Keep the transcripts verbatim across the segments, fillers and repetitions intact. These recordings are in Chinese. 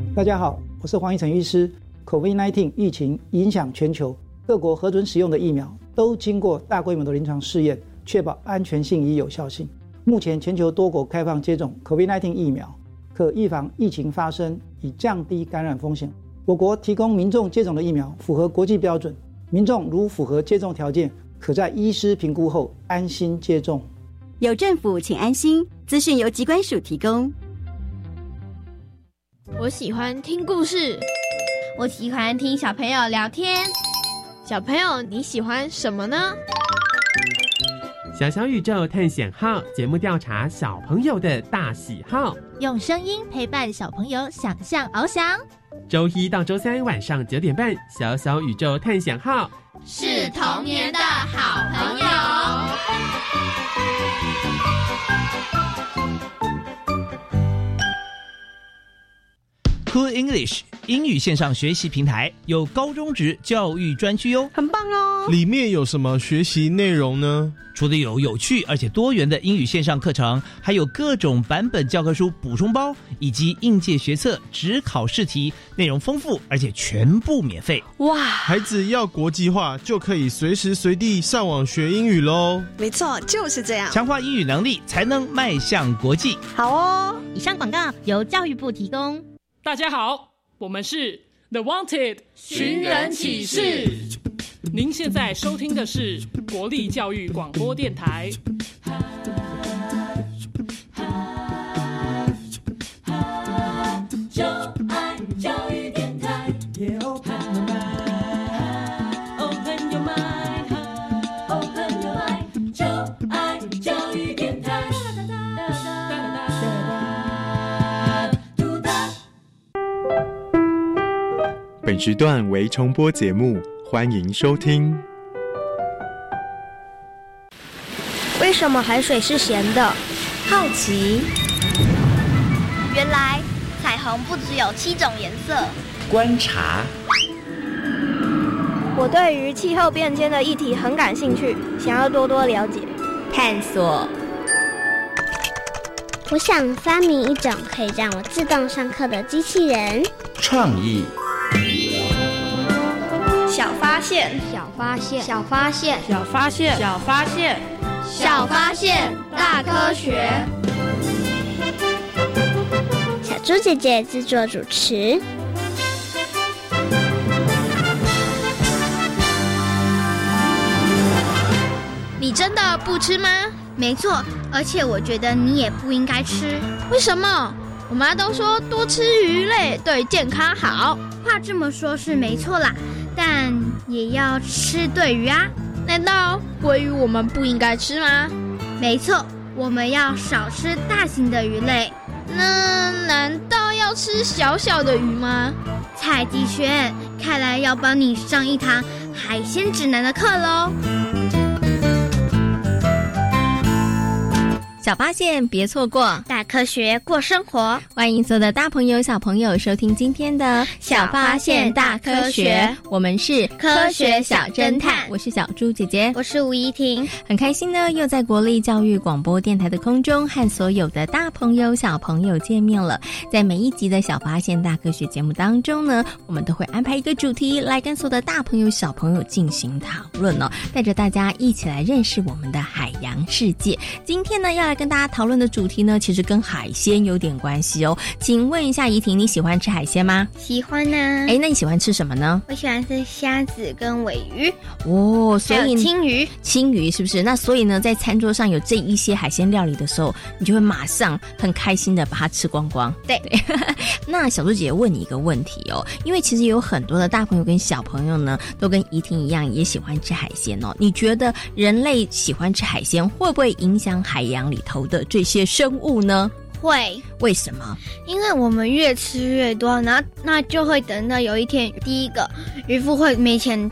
大家好，我是黄奕成医师。 COVID 十九 疫情影响全球，各国核准使用的疫苗都经过大规模的临床试验，确保安全性与有效性。目前全球多国开放接种 COVID 十九 疫苗，可预防疫情发生，以降低感染风险。我国提供民众接种的疫苗符合国际标准，民众如符合接种条件，可在医师评估后安心接种。 有政府，请安心。资讯由疾管署提供。 我喜欢听故事， 我喜欢听小朋友聊天。 小朋友，你喜欢什么呢？ 小小宇宙探险号节目调查小朋友的大喜好， 用声音陪伴小朋友想象翱翔。 周一到周三晚上九点半，小小宇宙探险号是童年的好朋友。 Cool English 英语线上学习平台有高中职教育专区哟， 很棒哦！ 里面有什么学习内容呢？ 除了有有趣而且多元的英语线上课程，还有各种版本教科书补充包，以及应届学测、指考试题，内容丰富而且全部免费。 哇！ 孩子要国际化，就可以随时随地上网学英语咯。 没错，就是这样， 强化英语能力，才能迈向国际。 好哦！ 以上广告由教育部提供。 大家好，我们是 The Wanted 寻人启事。 您现在收听的是国立教育广播电台。 就爱教育电台。Yeah, open your mind, open your mind, open your mind。就爱教育电台。 本时段为重播节目，欢迎收听。 为什么海水是咸的？ 好奇。 原来彩虹不只有七种颜色。 观察。 我对于气候变迁的议题很感兴趣，想要多多了解。 探索。 我想发明一种可以让我自动上课的机器人。 创意。 小发现， 小发现，小发现， 小发现，小发现， 小发现，大科学。 小猪姐姐制作主持。 你真的不吃吗？ 没错，而且我觉得你也不应该吃。 为什么？我妈都说多吃鱼类对健康好。 话这么说是没错啦，但也要吃对鱼啊。 难道鲑鱼我们不应该吃吗？ 没错，我们要少吃大型的鱼类。 那难道要吃小小的鱼吗？ 蔡继轩，看来要帮你上一堂海鲜指南的课咯。 小发现别错过， 大科学过生活。 欢迎所有的大朋友小朋友收听今天的小发现大科学， 我们是科学小侦探。 我是小猪姐姐， 我是吴怡婷。 很开心呢，又在国立教育广播电台的空中和所有的大朋友小朋友见面了。在每一集的小发现大科学节目当中呢，我们都会安排一个主题来跟所有的大朋友小朋友进行讨论哦，带着大家一起来认识我们的海洋世界。今天呢，要来跟大家讨论的主题呢，其实跟海鲜有点关系哦。请问一下怡婷，你喜欢吃海鲜吗？ 喜欢呢。 哎，那你喜欢吃什么呢？ 我喜欢吃虾子跟尾鱼。 哦，所以还有青鱼。 青鱼是不是？那所以呢，在餐桌上有这一些海鲜料理的时候，你就会马上很开心的把它吃光光。 对。 对那小猪姐姐问你一个问题哦，因为其实有很多的大朋友跟小朋友呢，都跟怡婷一样也喜欢吃海鲜哦。你觉得人类喜欢吃海鲜，会不会影响海洋里头的这些生物呢？ 会。 为什么？ 因为我们越吃越多，然后那就会等到有一天，第一个渔夫会没钱赚，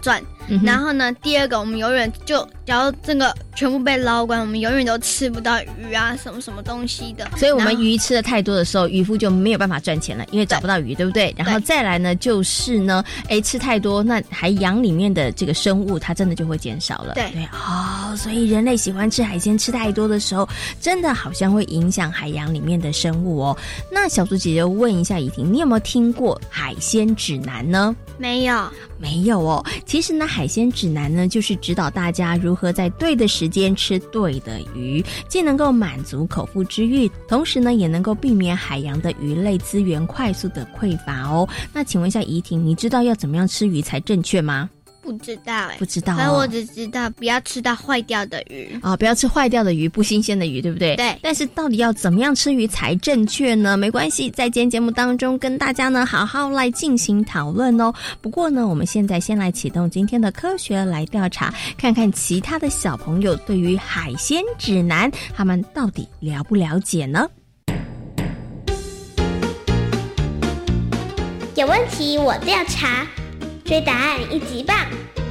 嗯、然后呢，第二个我们永远就只要这个全部被捞光，我们永远都吃不到鱼啊，什么什么东西的。 所以我们鱼吃的太多的时候，渔夫就没有办法赚钱了，因为找不到鱼，对不对？然后再来呢，就是呢，哎，吃太多，那海洋里面的这个生物它真的就会减少了。 对对哦，所以人类喜欢吃海鲜，吃太多的时候，真的好像会影响海洋里面的生物哦。那小猪姐姐问一下怡婷，你有没有听过海鲜指南呢？ 没有。 没有哦，其实呢，海鲜指南呢，就是指导大家如何在对的时间吃对的鱼，既能够满足口腹之欲，同时呢，也能够避免海洋的鱼类资源快速的匮乏哦。那请问一下怡婷，你知道要怎么样吃鱼才正确吗？ 不知道哎、欸， 不知道、哦。 反正我只知道不要吃到坏掉的鱼啊、哦，不要吃坏掉的鱼，不新鲜的鱼，对不对？ 对。 但是到底要怎么样吃鱼才正确呢？没关系，在今天节目当中跟大家呢好好来进行讨论哦。不过呢，我们现在先来启动今天的科学来调查，看看其他的小朋友对于海鲜指南，他们到底了不了解呢？ 有问题我调查。追答案一级棒！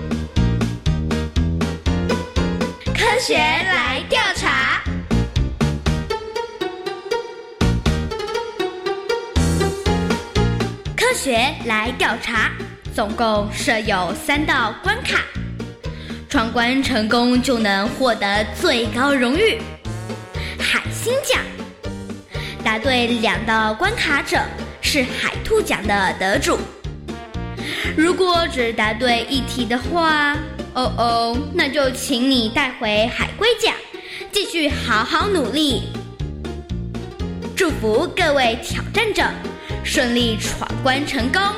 科学来调查。科学来调查，总共设有三道关卡，闯关成功就能获得最高荣誉——海星奖。答对两道关卡者是海兔奖的得主。如果只答对一题的话，哦哦，那就请你带回海龟奖，继续好好努力。祝福各位挑战者顺利闯关成功。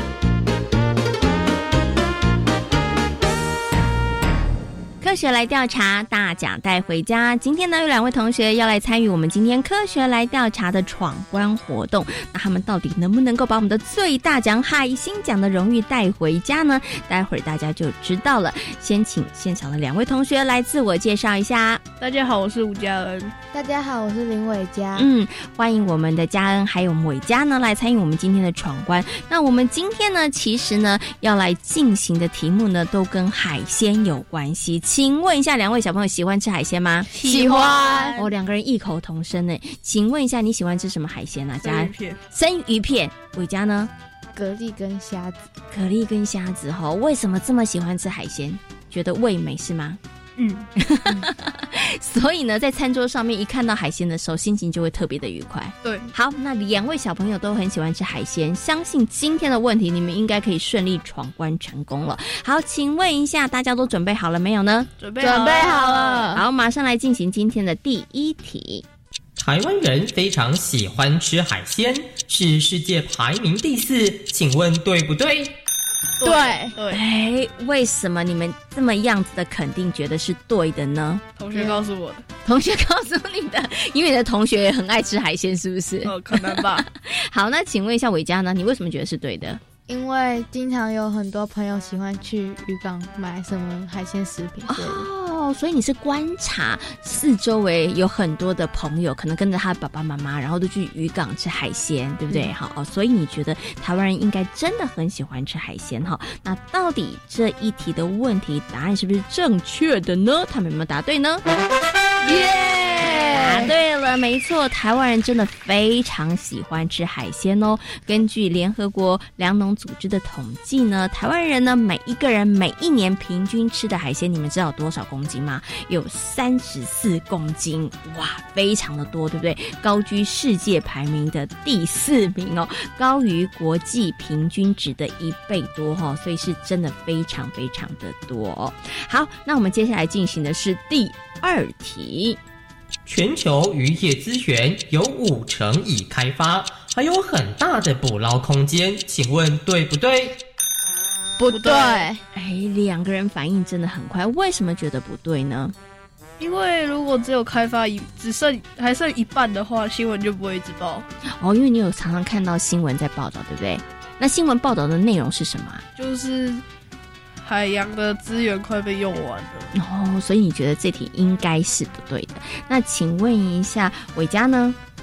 科学来调查，大奖带回家。今天呢，有两位同学要来参与我们今天科学来调查的闯关活动。那他们到底能不能够把我们的最大奖海星奖的荣誉带回家呢？待会儿大家就知道了。先请现场的两位同学来自我介绍一下。 大家好，我是吴嘉恩。 大家好，我是林伟嘉。 嗯，欢迎我们的嘉恩还有伟嘉呢来参与我们今天的闯关。那我们今天呢，其实呢要来进行的题目呢，都跟海鲜有关系。请问一下，两位小朋友喜欢吃海鲜吗？ 喜欢。 哦，两个人异口同声呢。请问一下，你喜欢吃什么海鲜啊？ 生鱼片。 生鱼片。伟嘉呢？ 蛤蜊跟虾子。 蛤蜊跟虾子哈、哦，为什么这么喜欢吃海鲜？觉得味美是吗？ 嗯。 所以呢，在餐桌上面一看到海鲜的时候，心情就会特别的愉快。 对。 好，那两位小朋友都很喜欢吃海鲜，相信今天的问题你们应该可以顺利闯关成功了。好，请问一下，大家都准备好了没有呢？ 准备好了。 准备好了。 好，马上来进行今天的第一题。 台湾人非常喜欢吃海鲜，是世界排名第四，请问对不对？ 对对。 哎，为什么你们这么样子的肯定觉得是对的呢？ 同学告诉我的。 同学告诉你的，因为你的同学也很爱吃海鲜，是不是？ 呃，可能吧。 好，那请问一下伟嘉呢？你为什么觉得是对的？ 因为经常有很多朋友喜欢去渔港买什么海鲜食品之类的。 哦，所以你是观察四周围有很多的朋友，可能跟着他爸爸妈妈，然后都去渔港吃海鲜，对不对？好、嗯哦，所以你觉得台湾人应该真的很喜欢吃海鲜哈？那到底这一题的问题答案是不是正确的呢？他们有没有答对呢？耶、yeah! 答对了，没错，台湾人真的非常喜欢吃海鲜哦。根据联合国粮农组织的统计呢，台湾人呢每一个人每一年平均吃的海鲜，你们知道有多少公斤吗？有三十四公斤，哇，非常的多，对不对？高居世界排名的第四名哦，高于国际平均值的一倍多哈、哦，所以是真的非常非常的多哦。好，那我们接下来进行的是第二题。 全球渔业资源有五成已开发，还有很大的捕捞空间，请问对不对？ 不对。 哎，两个人反应真的很快，为什么觉得不对呢？ 因为如果只有开发一只剩还剩一半的话，新闻就不会一直报。 哦，因为你有常常看到新闻在报道，对不对？那新闻报道的内容是什么啊？ 就是海洋的资源快被用完了。 哦，所以你觉得这题应该是不对的。那请问一下伟嘉呢？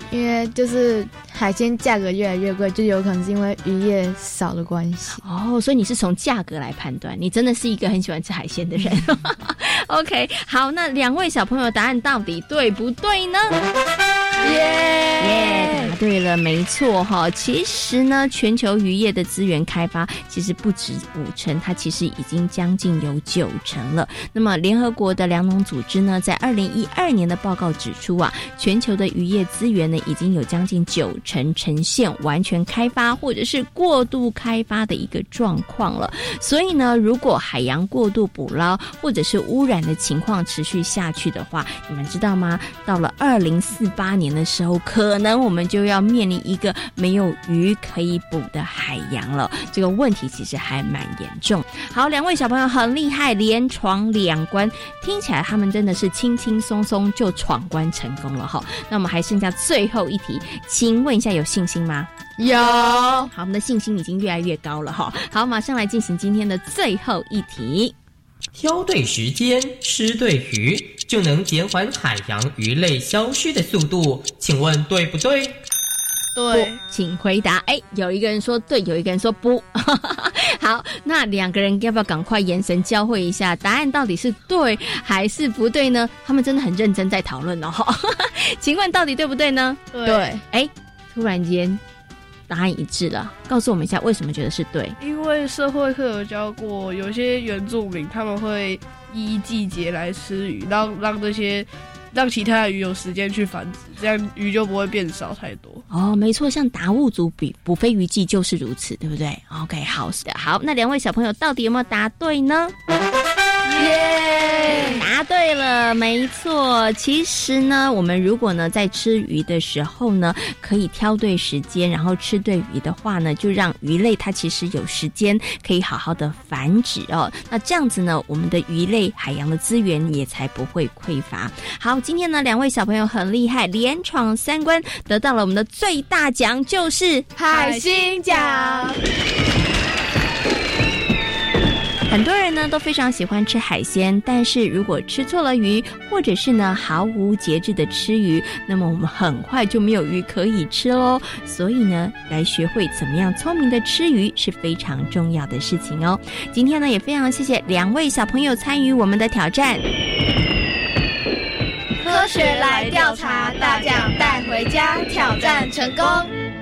因为就是海鲜价格越来越贵，就有可能是因为渔业少的关系。 哦，所以你是从价格来判断，你真的是一个很喜欢吃海鲜的人。OK， 好，那两位小朋友答案到底对不对呢？耶耶，答对了，没错哈。其实呢，全球渔业的资源开发其实不止五成，它其实已经将近有九成了。那么，联合国的粮农组织呢，在二零一二年的报告指出啊，全球的渔业资源呢，已经有将近九成呈现完全开发或者是过度开发的一个状况了。所以呢，如果海洋过度捕捞或者是污染的情况持续下去的话，你们知道吗？到了二零四八年的时候，可能我们就要面临一个没有鱼可以捕的海洋了。这个问题其实还蛮严重。好，两位小朋友很厉害，连闯两关，听起来他们真的是轻轻松松就闯关成功了哈。那我们还剩下最后一题，请问一下有信心吗？有。好，我们的信心已经越来越高了哈。好，马上来进行今天的最后一题。 挑对时间，吃对鱼，就能减缓海洋鱼类消失的速度，请问对不对？ 对，请回答。哎，有一个人说对，有一个人说不。好，那两个人要不要赶快眼神交汇一下，答案到底是对还是不对呢？他们真的很认真在讨论哦。请问到底对不对呢？ 对。 哎，突然间答案一致了，告诉我们一下为什么觉得是对？ 因为社会课有教过，有些原住民他们会依季节来吃鱼，让让这些让其他的鱼有时间去繁殖，这样鱼就不会变少太多。 哦，没错，像达悟族比捕飞鱼季就是如此，对不对 ？OK， 好的，好，那两位小朋友到底有没有答对呢？耶，答对了，没错。其实呢，我们如果呢在吃鱼的时候呢，可以挑对时间，然后吃对鱼的话呢，就让鱼类它其实有时间可以好好的繁殖哦。那这样子呢，我们的鱼类海洋的资源也才不会匮乏。好，今天呢两位小朋友很厉害，连闯三关，得到了我们的最大奖，就是海星奖。 很多人呢都非常喜欢吃海鲜，但是如果吃错了鱼，或者是呢毫无节制的吃鱼，那么我们很快就没有鱼可以吃咯。所以呢，来学会怎么样聪明的吃鱼是非常重要的事情哦。今天呢也非常谢谢两位小朋友参与我们的挑战。 科学来调查，大奖带回家，挑战成功。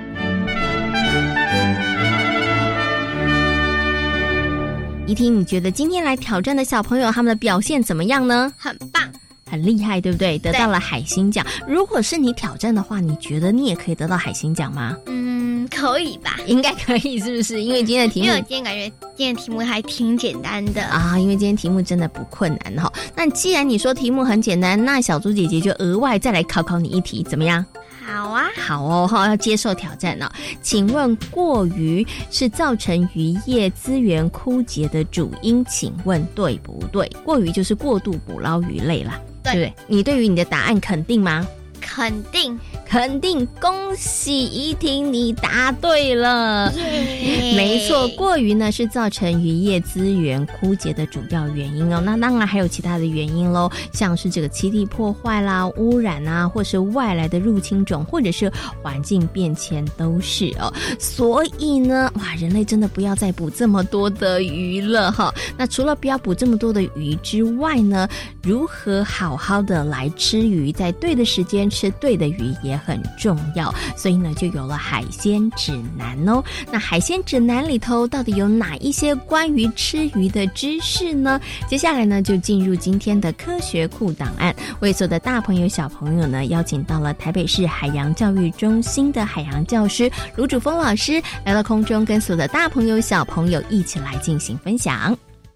怡婷，你觉得今天来挑战的小朋友他们的表现怎么样呢？ 很棒， 很厉害，对不对？得到了海星奖。如果是你挑战的话，你觉得你也可以得到海星奖吗？ 嗯，可以吧？ 应该可以，是不是？因为今天的题目， 因为我今天感觉今天的题目还挺简单的啊。因为今天题目真的不困难哈。那既然你说题目很简单，那小猪姐姐就额外再来考考你一题，怎么样？ 好啊， 好哦，要接受挑战了。请问过渔是造成渔业资源枯竭的主因，请问对不对？过渔就是过度捕捞鱼类啦，对不对？你对于你的答案肯定吗？ 肯定， 肯定！恭喜怡婷，你答对了。没错，过渔呢是造成渔业资源枯竭的主要原因哦。那当然还有其他的原因咯，像是这个栖地破坏啦、污染啊，或是外来的入侵种，或者是环境变迁都是哦。所以呢，哇，人类真的不要再捕这么多的鱼了哈。那除了不要捕这么多的鱼之外呢，如何好好的来吃鱼，在对的时间吃对的鱼也很重要，所以呢就有了海鲜指南哦。那海鲜指南里头到底有哪一些关于吃鱼的知识呢？接下来呢就进入今天的科学库档案，为所有的大朋友小朋友呢邀请到了台北市海洋教育中心的海洋教师卢主峰老师来到空中，跟所有的大朋友小朋友一起来进行分享。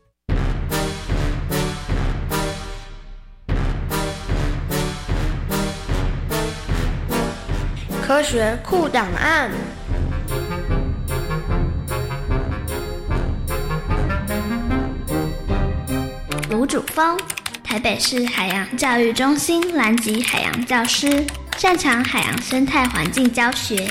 科学库档案。 卢主峰，台北市海洋教育中心蓝级海洋教师，擅长海洋生态环境教学。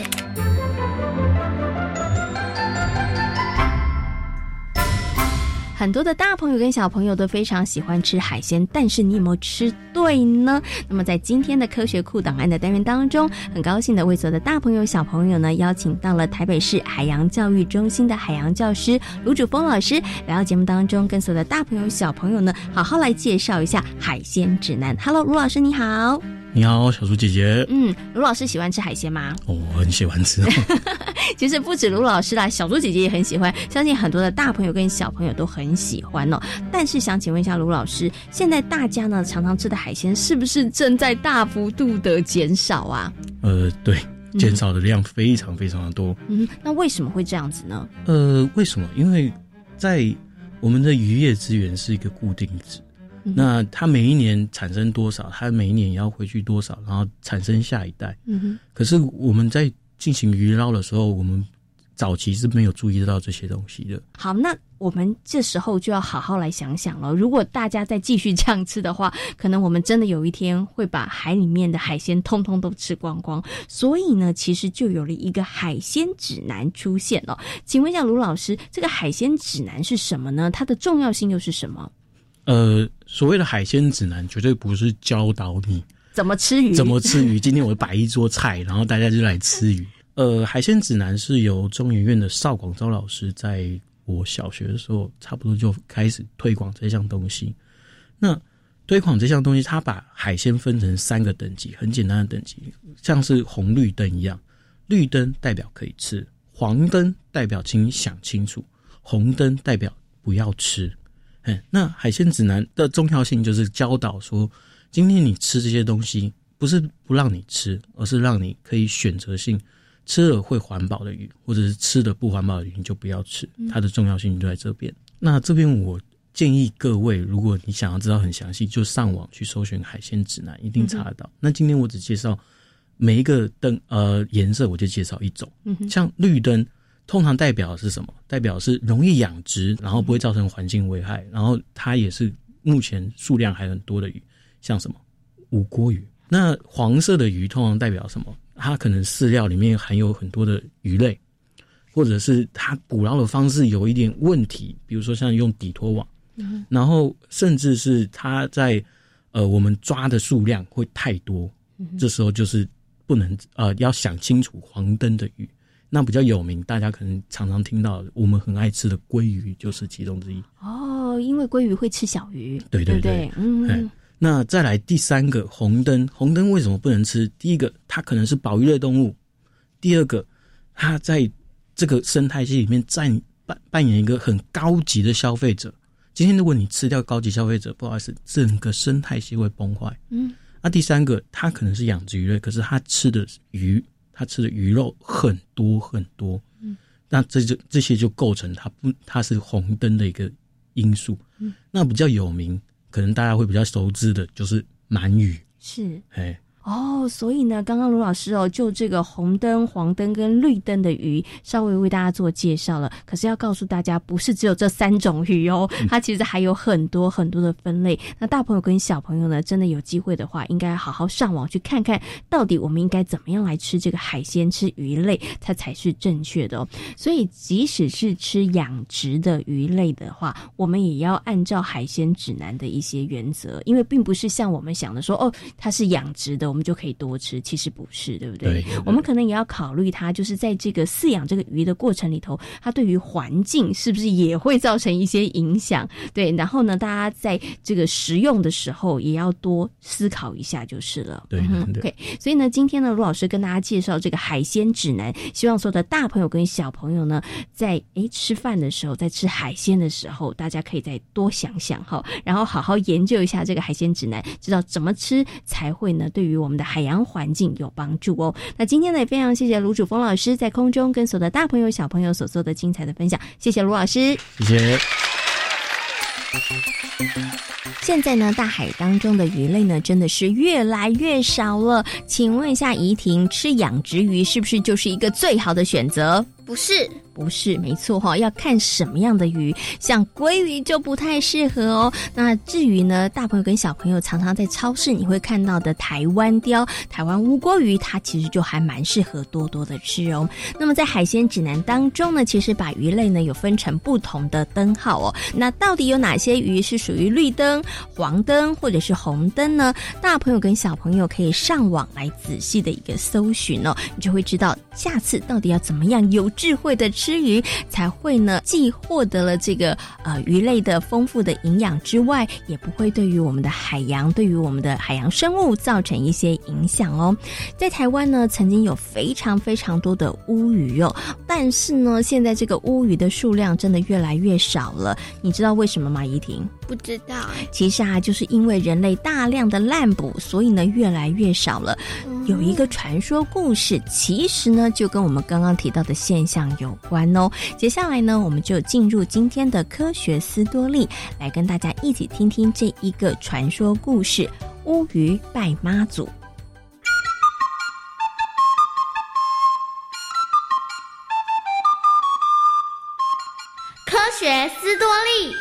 很多的大朋友跟小朋友都非常喜欢吃海鲜，但是你有没有吃对呢？那么在今天的科学库档案的单元当中，很高兴的为所有的大朋友小朋友呢邀请到了台北市海洋教育中心的海洋教师卢主峰老师来到节目当中，跟所有的大朋友小朋友呢好好来介绍一下海鲜指南。 Hello， 卢老师你好。 你好，小猪姐姐。 嗯，卢老师喜欢吃海鲜吗？ 哦，我很喜欢吃。 其实不止卢老师啦，小猪姐姐也很喜欢，相信很多的大朋友跟小朋友都很喜欢哦。但是想请问一下卢老师，现在大家呢常常吃的海鲜是不是正在大幅度的减少啊？ 呃，对，减少的量非常非常的多。 嗯，那为什么会这样子呢？ 呃，为什么？因为在我们的渔业资源是一个固定值。嗯、那它每一年产生多少，它每一年也要回去多少，然后产生下一代。嗯哼。可是我们在进行渔捞的时候，我们早期是没有注意到这些东西的。 好，那我们这时候就要好好来想想了。如果大家再继续这样吃的话，可能我们真的有一天会把海里面的海鲜通通都吃光光。所以呢，其实就有了一个海鲜指南出现了。请问一下卢老师，这个海鲜指南是什么呢？它的重要性又是什么？ 呃，所谓的海鲜指南绝对不是教导你怎么吃鱼， 怎么吃鱼。今天我摆一桌菜，然后大家就来吃鱼。呃，海鲜指南是由中研院的邵广昭老师在我小学的时候，差不多就开始推广这项东西。那推广这项东西，他把海鲜分成三个等级，很简单的等级，像是红绿灯一样。绿灯代表可以吃，黄灯代表请你想清楚，红灯代表不要吃。那海鲜指南的重要性就是教导说，今天你吃这些东西不是不让你吃，而是让你可以选择性吃了会环保的鱼，或者是吃的不环保的鱼你就不要吃，它的重要性就在这边。那这边我建议各位，如果你想要知道很详细，就上网去搜寻海鲜指南，一定查得到。嗯、那今天我只介绍每一个灯呃颜色，我就介绍一种。嗯、像绿灯通常代表的是什么？代表是容易养殖，然后不会造成环境危害，然后它也是目前数量还很多的鱼，像什么无锅鱼。那黄色的鱼通常代表什么？它可能饲料里面含有很多的鱼类，或者是它捕捞的方式有一点问题，比如说像用底拖网，嗯、然后甚至是它在呃我们抓的数量会太多，嗯、这时候就是不能呃要想清楚黄灯的鱼。那比较有名，大家可能常常听到我们很爱吃的鲑鱼就是其中之一。 哦，因为鲑鱼会吃小鱼， 对对 对, 对, 对，嗯。那再来第三个红灯，红灯为什么不能吃？第一个，它可能是保育类动物；第二个，它在这个生态系里面占扮扮演一个很高级的消费者。今天如果你吃掉高级消费者，不好意思，整个生态系会崩坏。嗯。那、啊、第三个，它可能是养殖鱼类，可是它吃的鱼。它吃的鱼肉很多很多，嗯，那这就这些就构成它不它是红灯的一个因素。嗯，那比较有名，可能大家会比较熟知的就是鳗鱼。 是， 哎。 哦，所以呢，刚刚卢老师哦，就这个红灯、黄灯跟绿灯的鱼，稍微为大家做介绍了。可是要告诉大家，不是只有这三种鱼哦，它其实还有很多很多的分类。那大朋友跟小朋友呢，真的有机会的话，应该好好上网去看看，到底我们应该怎么样来吃这个海鲜、吃鱼类，它才是正确的哦。所以，即使是吃养殖的鱼类的话，我们也要按照海鲜指南的一些原则，因为并不是像我们想的说，哦，它是养殖的，我们就可以多吃，其实不是，对不对？对对对，我们可能也要考虑它，就是在这个饲养这个鱼的过程里头，它对于环境是不是也会造成一些影响？对，然后呢，大家在这个食用的时候也要多思考一下就是了。 对对对。 Okay, 所以呢，今天呢，卢老师跟大家介绍这个海鲜指南，希望所有的大朋友跟小朋友呢，在诶吃饭的时候，在吃海鲜的时候，大家可以再多想想哈，然后好好研究一下这个海鲜指南，知道怎么吃才会呢，对于我们的海洋环境有帮助哦。那今天呢，也非常谢谢卢主峰老师在空中跟所有的大朋友小朋友所做的精彩的分享，谢谢卢老师， 谢谢。 现在呢，大海当中的鱼类呢，真的是越来越少了。请问一下怡婷，吃养殖鱼是不是就是一个最好的选择？ 不是， 不是，没错哈，要看什么样的鱼，像鲑鱼就不太适合哦。那至于呢，大朋友跟小朋友常常在超市你会看到的台湾鲷、台湾乌锅鱼，它其实就还蛮适合多多的吃哦。那么在海鲜指南当中呢，其实把鱼类呢有分成不同的灯号哦。那到底有哪些鱼是属于绿灯、黄灯或者是红灯呢？大朋友跟小朋友可以上网来仔细的一个搜寻哦，你就会知道下次到底要怎么样有智慧的吃鱼，才会呢既获得了这个呃鱼类的丰富的营养之外，也不会对于我们的海洋、对于我们的海洋生物造成一些影响哦。在台湾呢，曾经有非常非常多的乌鱼哦，但是呢，现在这个乌鱼的数量真的越来越少了。你知道为什么吗？怡婷？ 不知道。 其实啊，就是因为人类大量的滥捕，所以呢越来越少了。嗯、有一个传说故事，其实呢就跟我们刚刚提到的现象有关哦。接下来呢，我们就进入今天的科学斯多利，来跟大家一起听听这一个传说故事——乌鱼拜妈祖。 科学斯多利。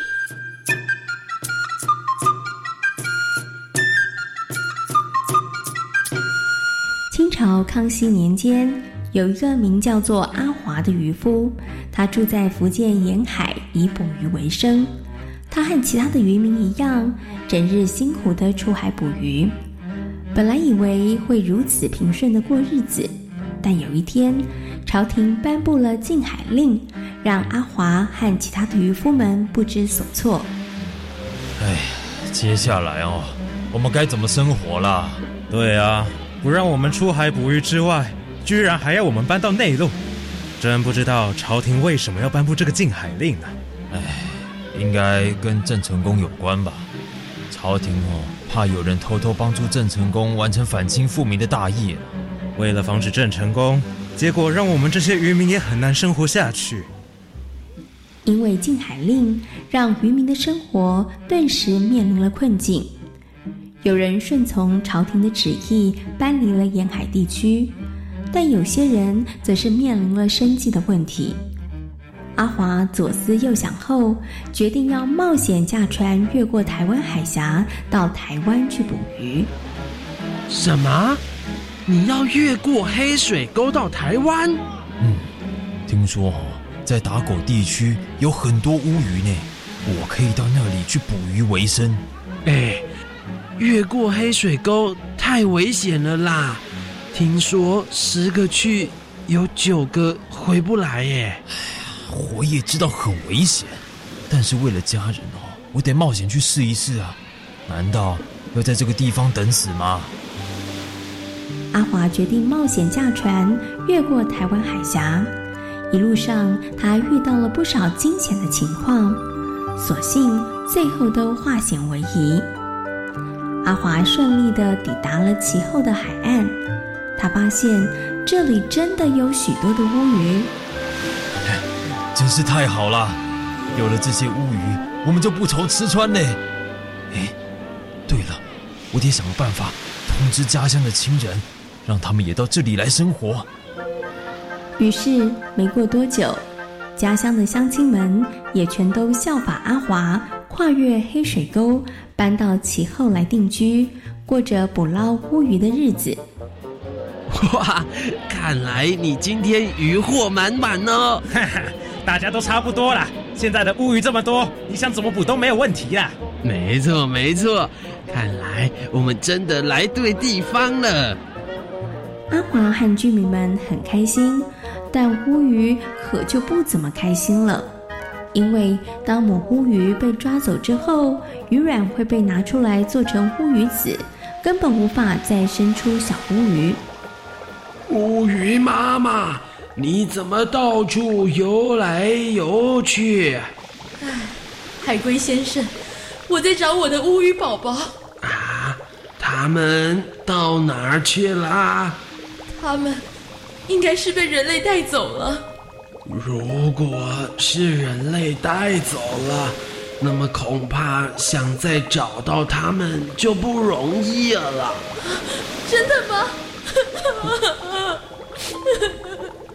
清朝康熙年间，有一个名叫做阿华的渔夫，他住在福建沿海，以捕鱼为生。他和其他的渔民一样，整日辛苦地出海捕鱼。本来以为会如此平顺地过日子，但有一天，朝廷颁布了禁海令，让阿华和其他的渔夫们不知所措。 哎，接下来哦，我们该怎么生活啦？对啊，不让我们出海捕鱼之外，居然还要我们搬到内陆，真不知道朝廷为什么要颁布这个禁海令呢？哎，应该跟郑成功有关吧？朝廷哦，怕有人偷偷帮助郑成功完成反清复明的大业，为了防止郑成功，结果让我们这些渔民也很难生活下去。 因为禁海令，让渔民的生活顿时面临了困境。有人顺从朝廷的旨意搬离了沿海地区，但有些人则是面临了生计的问题。阿华左思右想后，决定要冒险驾船越过台湾海峡，到台湾去捕鱼。 什么？你要越过黑水沟到台湾？ 嗯，听说哦，在打狗地区有很多乌鱼呢，我可以到那里去捕鱼为生。 哎，越过黑水沟太危险了啦！听说十个去，有九个回不来耶。 我也知道很危险，但是为了家人哦，我得冒险去试一试啊！难道要在这个地方等死吗？ 阿华决定冒险驾船越过台湾海峡，一路上他遇到了不少惊险的情况，所幸最后都化险为夷。阿华顺利地抵达了其后的海岸，他发现这里真的有许多的乌鱼。 真是太好了，有了这些乌鱼，我们就不愁吃穿嘞。哎，对了，我得想个办法通知家乡的亲人，让他们也到这里来生活。 于是没过多久，家乡的乡亲们也全都效法阿华，跨越黑水沟，搬到其后来定居，过着捕捞乌鱼的日子。 哇，看来你今天渔获满满哦！ 哈哈，大家都差不多啦。现在的乌鱼这么多，你想怎么捕都没有问题啦。 没错没错，看来我们真的来对地方了。 阿华和居民们很开心，但乌鱼可就不怎么开心了。因为当母乌鱼被抓走之后，鱼卵会被拿出来做成乌鱼子，根本无法再生出小乌鱼。 乌鱼妈妈，你怎么到处游来游去？ 唉，海龟先生，我在找我的乌鱼宝宝。 啊，他们到哪儿去啦？ 他们应该是被人类带走了。 如果是人类带走了，那么恐怕想再找到他们就不容易了啦。 真的吗？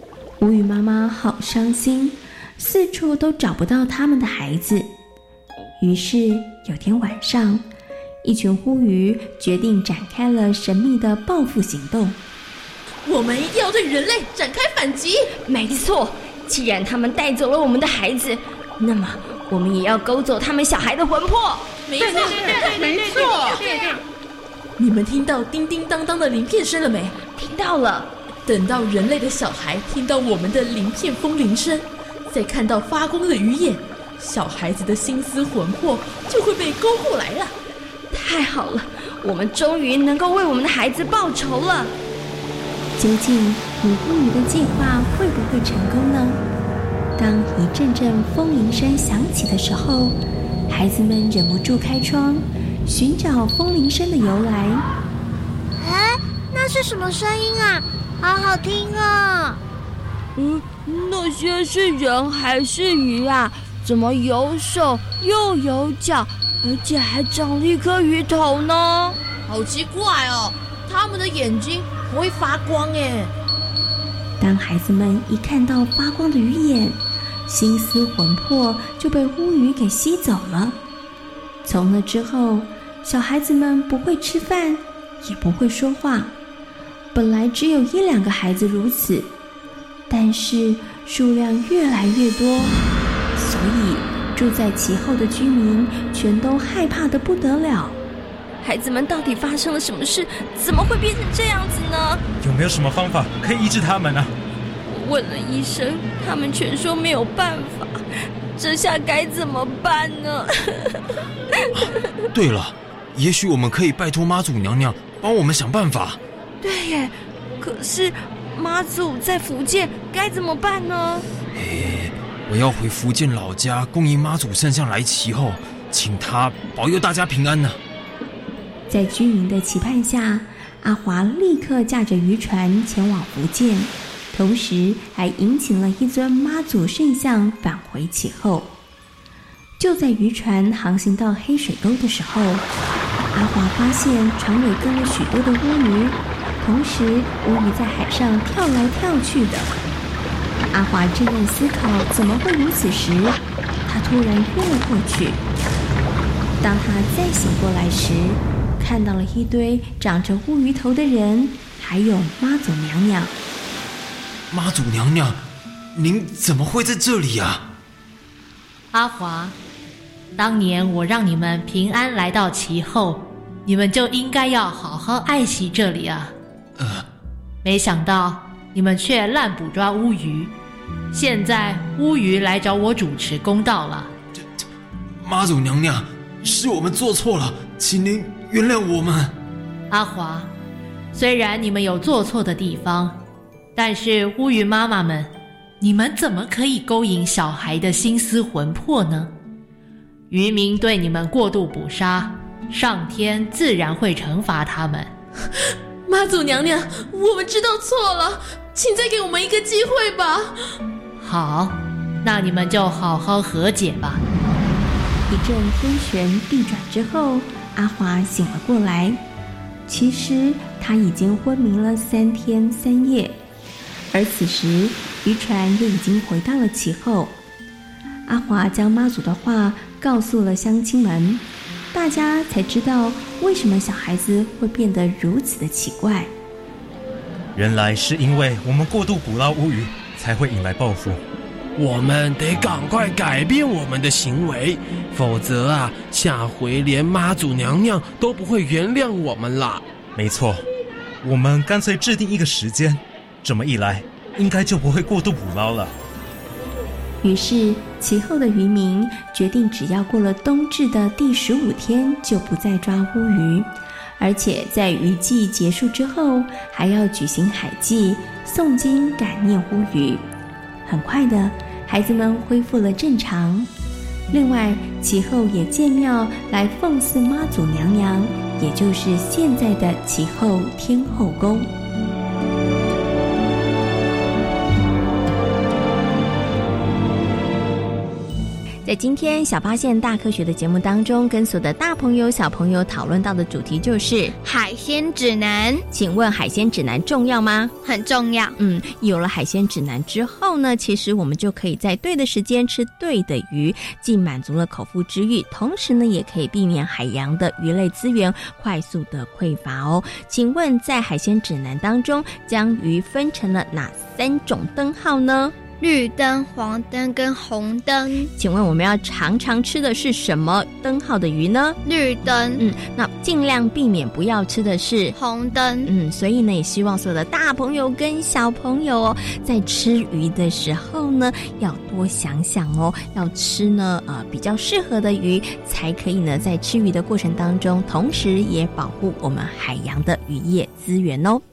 乌鱼妈妈好伤心，四处都找不到他们的孩子。于是有天晚上，一群乌鱼决定展开了神秘的报复行动。 我们一定要对人类展开反击。 没错，既然他们带走了我们的孩子，那么我们也要勾走他们小孩的魂魄。 没错，没错。你们听到叮叮当当的鳞片声了没？ 听到了。 等到人类的小孩听到我们的鳞片风铃声，再看到发光的鱼眼，小孩子的心思魂魄就会被勾过来了。 太好了，我们终于能够为我们的孩子报仇了。 究竟女巫鱼的计划会不会成功呢？当一阵阵风铃声响起的时候，孩子们忍不住开窗，寻找风铃声的由来。 哎，那是什么声音啊？好好听啊！ 嗯，那些是人还是鱼啊？怎么有手又有脚，而且还长了一颗鱼头呢？ 好奇怪哦，他们的眼睛不会发光耶。 当孩子们一看到发光的鱼眼，心思魂魄就被乌鱼给吸走了。从那之后，小孩子们不会吃饭，也不会说话。本来只有一两个孩子如此，但是数量越来越多，所以住在其后的居民全都害怕得不得了。 孩子们到底发生了什么事？怎么会变成这样子呢？ 有没有什么方法可以医治他们呢？ 我问了医生，他们全说没有办法，这下该怎么办呢？ 对了，也许我们可以拜托妈祖娘娘帮我们想办法。 对耶，可是妈祖在福建，该怎么办呢？ 嘿，我要回福建老家恭迎妈祖圣像来齐后，请她保佑大家平安呢。 在居民的期盼下，阿华立刻驾着渔船前往福建，同时还迎请了一尊妈祖圣像返回其后。就在渔船航行到黑水沟的时候，阿华发现船尾跟了许多的乌鱼，同时乌鱼在海上跳来跳去的。阿华正在思考怎么会如此时，他突然晕了过去。当他再醒过来时，看到了一堆长着乌鱼头的人，还有妈祖娘娘。 妈祖娘娘，您怎么会在这里啊？ 阿华，当年我让你们平安来到其后，你们就应该要好好爱惜这里啊。 呃， 没想到你们却滥捕抓乌鱼，现在乌鱼来找我主持公道了。 妈祖娘娘，是我们做错了，请您原谅我们。 阿华，虽然你们有做错的地方，但是乌鱼妈妈们，你们怎么可以勾引小孩的心思魂魄呢？渔民对你们过度捕杀，上天自然会惩罚他们。 妈祖娘娘，我们知道错了，请再给我们一个机会吧。 好，那你们就好好和解吧。 一阵天旋地转之后，阿华醒了过来。其实他已经昏迷了三天三夜，而此时渔船也已经回到了其后。阿华将妈祖的话告诉了乡亲们，大家才知道为什么小孩子会变得如此的奇怪。 原来是因为我们过度捕捞乌鱼，才会引来报复。 我们得赶快改变我们的行为，否则啊，下回连妈祖娘娘都不会原谅我们啦。 没错，我们干脆制定一个时间，这么一来，应该就不会过度捕捞了。 于是其后的渔民决定，只要过了冬至的第十五天，就不再抓乌鱼，而且在渔季结束之后，还要举行海祭、诵经感念乌鱼。很快的，孩子们恢复了正常。另外，其后也建庙来奉祀妈祖娘娘，也就是现在的其后天后宫。在在今天小发现大科学的节目当中，跟所有的大朋友小朋友讨论到的主题就是海鲜指南。 请问海鲜指南重要吗？ 很重要。 嗯，有了海鲜指南之后呢，其实我们就可以在对的时间吃对的鱼，既满足了口腹之欲，同时呢也可以避免海洋的鱼类资源快速的匮乏哦。请问在海鲜指南当中，将鱼分成了哪三种灯号呢？ 绿灯、黄灯跟红灯。 请问我们要常常吃的是什么灯号的鱼呢？ 绿灯。 嗯，那尽量避免不要吃的是红灯。 嗯，所以呢，也希望所有的大朋友跟小朋友哦，在吃鱼的时候呢，要多想想哦，要吃呢呃比较适合的鱼，才可以呢在吃鱼的过程当中，同时也保护我们海洋的渔业资源哦。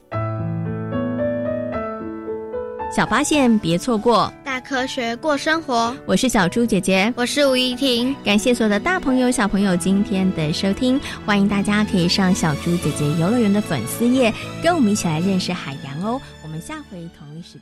小发现别错过， 大科学过生活。 我是小猪姐姐， 我是吴怡婷。 感谢所有的大朋友小朋友今天的收听，欢迎大家可以上小猪姐姐游乐园的粉丝页，跟我们一起来认识海洋哦。我们下回同一时间